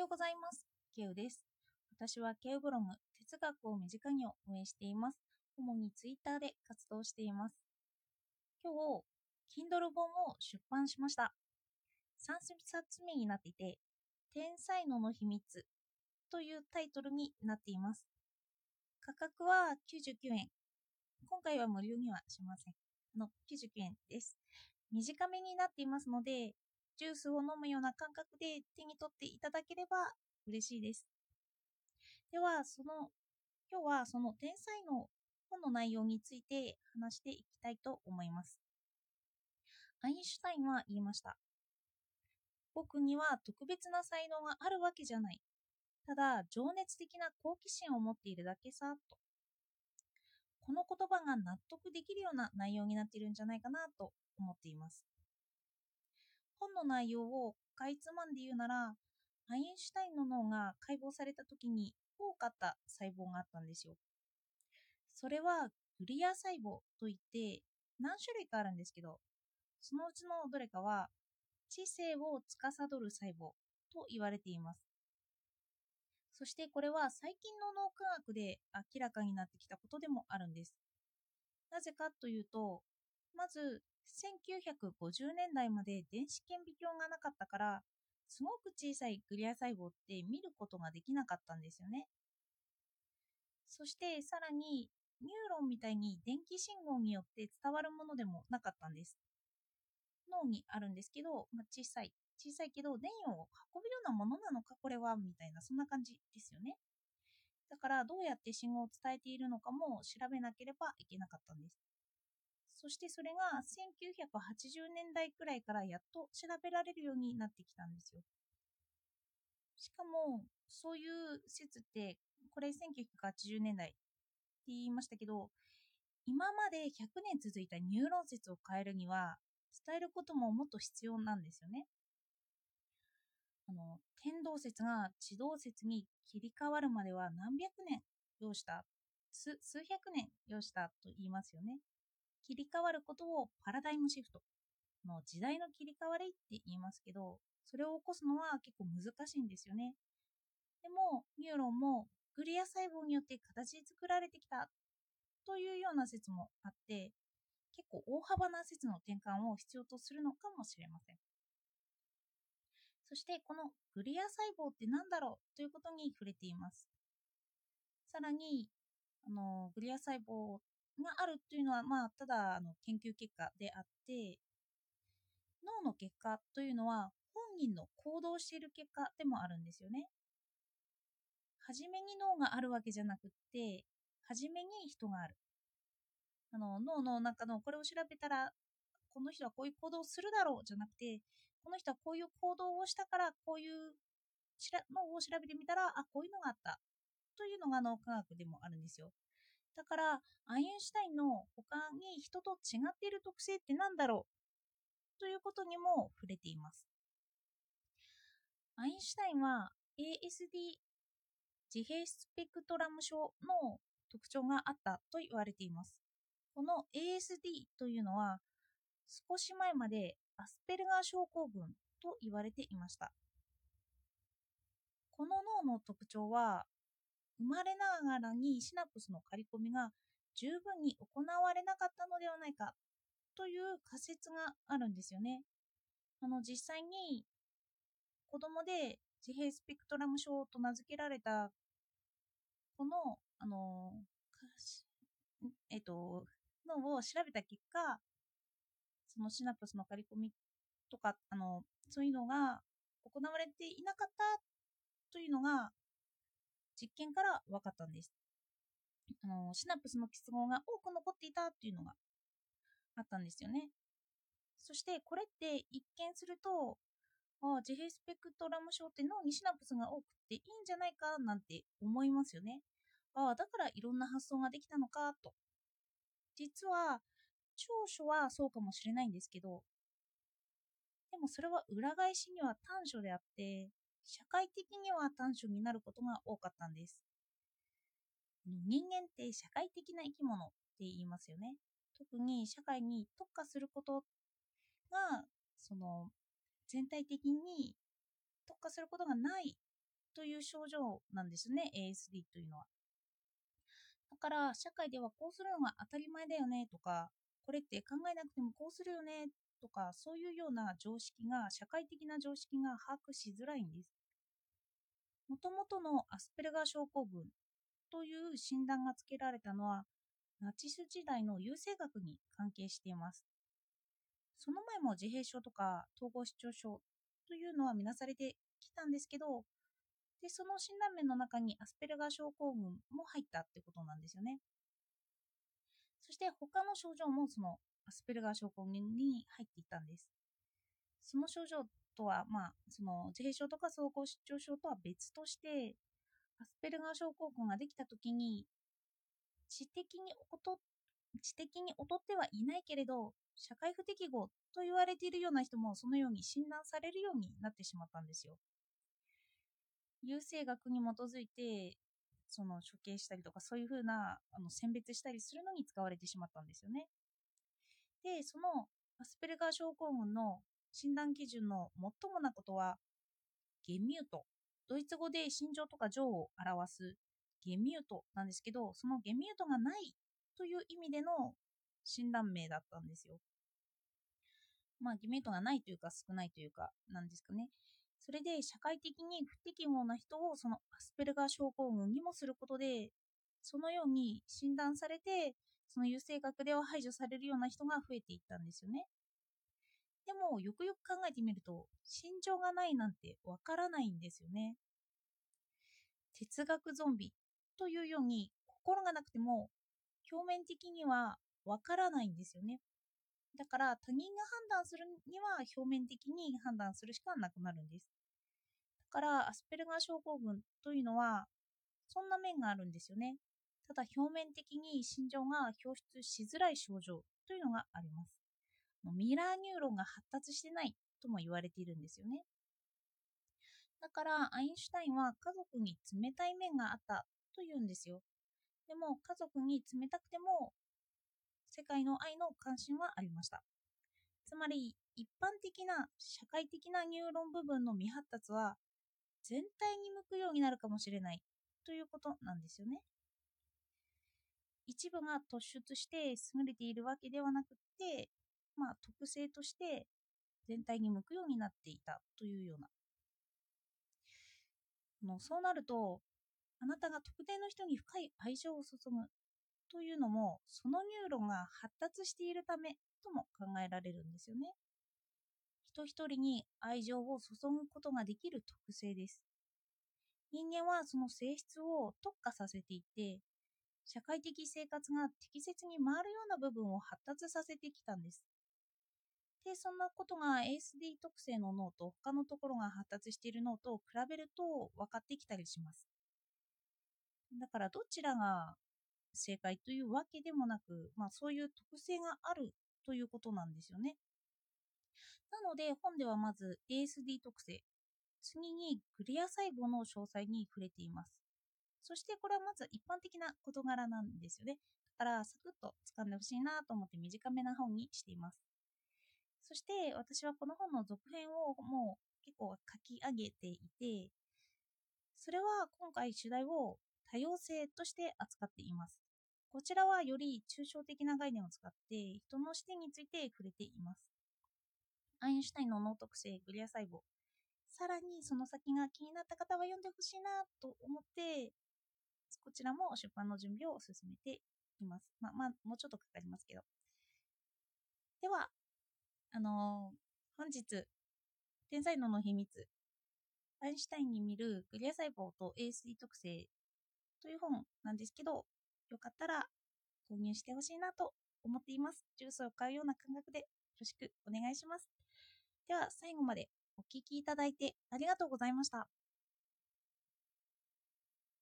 ようございます。ケウです。私はケウブログ、哲学を身近にを運営しています。主にツイッターで活動しています。今日、Kindle 本を出版しました。3冊目になっていて、天才能の秘密というタイトルになっています。価格は99円。今回は無料にはしません。99円です。短めになっていますので、ジュースを飲むような感覚で手に取っていただければ嬉しいです。では、今日はその天才の本の内容について話していきたいと思います。アインシュタインは言いました。僕には特別な才能があるわけじゃない。ただ、情熱的な好奇心を持っているだけさ、と。この言葉が納得できるような内容になっているんじゃないかなと思っています。本の内容をかいつまんで言うなら、アインシュタインの脳が解剖された時に多かった細胞があったんですよ。それはグリア細胞といって何種類かあるんですけど、そのうちのどれかは知性を司る細胞と言われています。そしてこれは最近の脳科学で明らかになってきたことでもあるんです。なぜかというと、まず1950年代まで電子顕微鏡がなかったから、すごく小さいグリア細胞って見ることができなかったんですよね。そしてさらにニューロンみたいに電気信号によって伝わるものでもなかったんです。脳にあるんですけど、小さいけど電位を運ぶようなものなのかこれはみたいなそんな感じですよね。だからどうやって信号を伝えているのかも調べなければいけなかったんです。そしてそれが1980年代くらいからやっと調べられるようになってきたんですよ。しかもそういう説ってこれ1980年代って言いましたけど、今まで100年続いたニューロン説を変えるには伝えることももっと必要なんですよね。天動説が地動説に切り替わるまでは何百年要した数百年要したと言いますよね。切り替わることをパラダイムシフトの時代の切り替わりって言いますけど、それを起こすのは結構難しいんですよね。でもニューロンもグリア細胞によって形作られてきたというような説もあって、結構大幅な説の転換を必要とするのかもしれません。そしてこのグリア細胞って何だろうということに触れています。さらにグリア細胞があるというのは、ただ研究結果であって、脳の結果というのは本人の行動している結果でもあるんですよね。初めに脳があるわけじゃなくって、初めに人がある。脳の中のこれを調べたらこの人はこういう行動をするだろうじゃなくて、この人はこういう行動をしたからこういう脳を調べてみたらこういうのがあったというのが脳科学でもあるんですよ。だからアインシュタインの他に人と違っている特性って何だろうということにも触れています。アインシュタインは ASD 自閉スペクトラム症の特徴があったと言われています。この ASD というのは少し前までアスペルガー症候群と言われていました。この脳の特徴は生まれながらにシナプスの刈り込みが十分に行われなかったのではないかという仮説があるんですよね。実際に子供で自閉スペクトラム症と名付けられたこの、脳を調べた結果、そのシナプスの刈り込みとか、そういうのが行われていなかったというのが実験から分かったんです。シナプスの結合が多く残っていたというのがあったんですよね。そしてこれって一見すると、自閉スペクトラム症って脳にシナプスが多くていいんじゃないかなんて思いますよね。だからいろんな発想ができたのかと。実は長所はそうかもしれないんですけど、でもそれは裏返しには短所であって、社会的には短所になることが多かったんです。人間って社会的な生き物って言いますよね。特に社会に特化することが、その全体的に特化することがないという症状なんですね、ASD というのは。だから社会ではこうするのが当たり前だよねとか、これって考えなくてもこうするよねとか、そういうような常識が、社会的な常識が把握しづらいんです。もともとのアスペルガー症候群という診断がつけられたのは、ナチス時代の優生学に関係しています。その前も自閉症とか統合失調症というのは見なされてきたんですけど、でその診断名の中にアスペルガー症候群も入ったってことなんですよね。そして他の症状もそのアスペルガー症候群に入っていったんです。その症状とは、その自閉症とか統合失調症とは別として、アスペルガー症候群ができたときに知的に知的に劣ってはいないけれど、社会不適合と言われているような人もそのように診断されるようになってしまったんですよ。優生学に基づいてその処刑したりとか、そういうふうな選別したりするのに使われてしまったんですよね。でそのアスペルガー症候群の診断基準の最もなことはゲミュート、ドイツ語で心情とか情を表すゲミュートなんですけど、そのゲミュートがないという意味での診断名だったんですよ。ゲミュートがないというか少ないというかなんですかね。それで社会的に不適合な人をそのアスペルガー症候群にもすることで、そのように診断されて、その優生学では排除されるような人が増えていったんですよね。でもよくよく考えてみると、心情がないなんてわからないんですよね。哲学ゾンビというように、心がなくても表面的にはわからないんですよね。だから他人が判断するには表面的に判断するしかなくなるんです。だからアスペルガー症候群というのはそんな面があるんですよね。ただ表面的に心情が表出しづらい症状というのがあります。ミラーニューロンが発達してないとも言われているんですよね。だからアインシュタインは家族に冷たい面があったというんですよ。でも家族に冷たくても世界の愛の関心はありました。つまり一般的な社会的なニューロン部分の未発達は全体に向くようになるかもしれないということなんですよね。一部が突出して優れているわけではなくて、特性として全体に向くようになっていたというような。そうなると、あなたが特定の人に深い愛情を注ぐというのも、そのニューロンが発達しているためとも考えられるんですよね。人一人に愛情を注ぐことができる特性です。人間はその性質を特化させていて、社会的生活が適切に回るような部分を発達させてきたんです。で、そんなことが ASD 特性の脳と他のところが発達している脳と比べると分かってきたりします。だからどちらが正解というわけでもなく、そういう特性があるということなんですよね。なので本ではまず ASD 特性、次にグリア細胞の詳細に触れています。そしてこれはまず一般的な事柄なんですよね。だからサクッと掴んでほしいなと思って短めな本にしています。そして私はこの本の続編をもう結構書き上げていて、それは今回主題を多様性として扱っています。こちらはより抽象的な概念を使って人の視点について触れています。アインシュタインの脳特性、グリア細胞。さらにその先が気になった方は読んでほしいなと思って、こちらも出版の準備を進めています。もうちょっとかかりますけど。では、本日、天才脳の秘密、アインシュタインに見るグリア細胞と ASD 特性という本なんですけど、よかったら購入してほしいなと思っています。ジュースを買うような感覚でよろしくお願いします。では、最後までお聞きいただいてありがとうございました。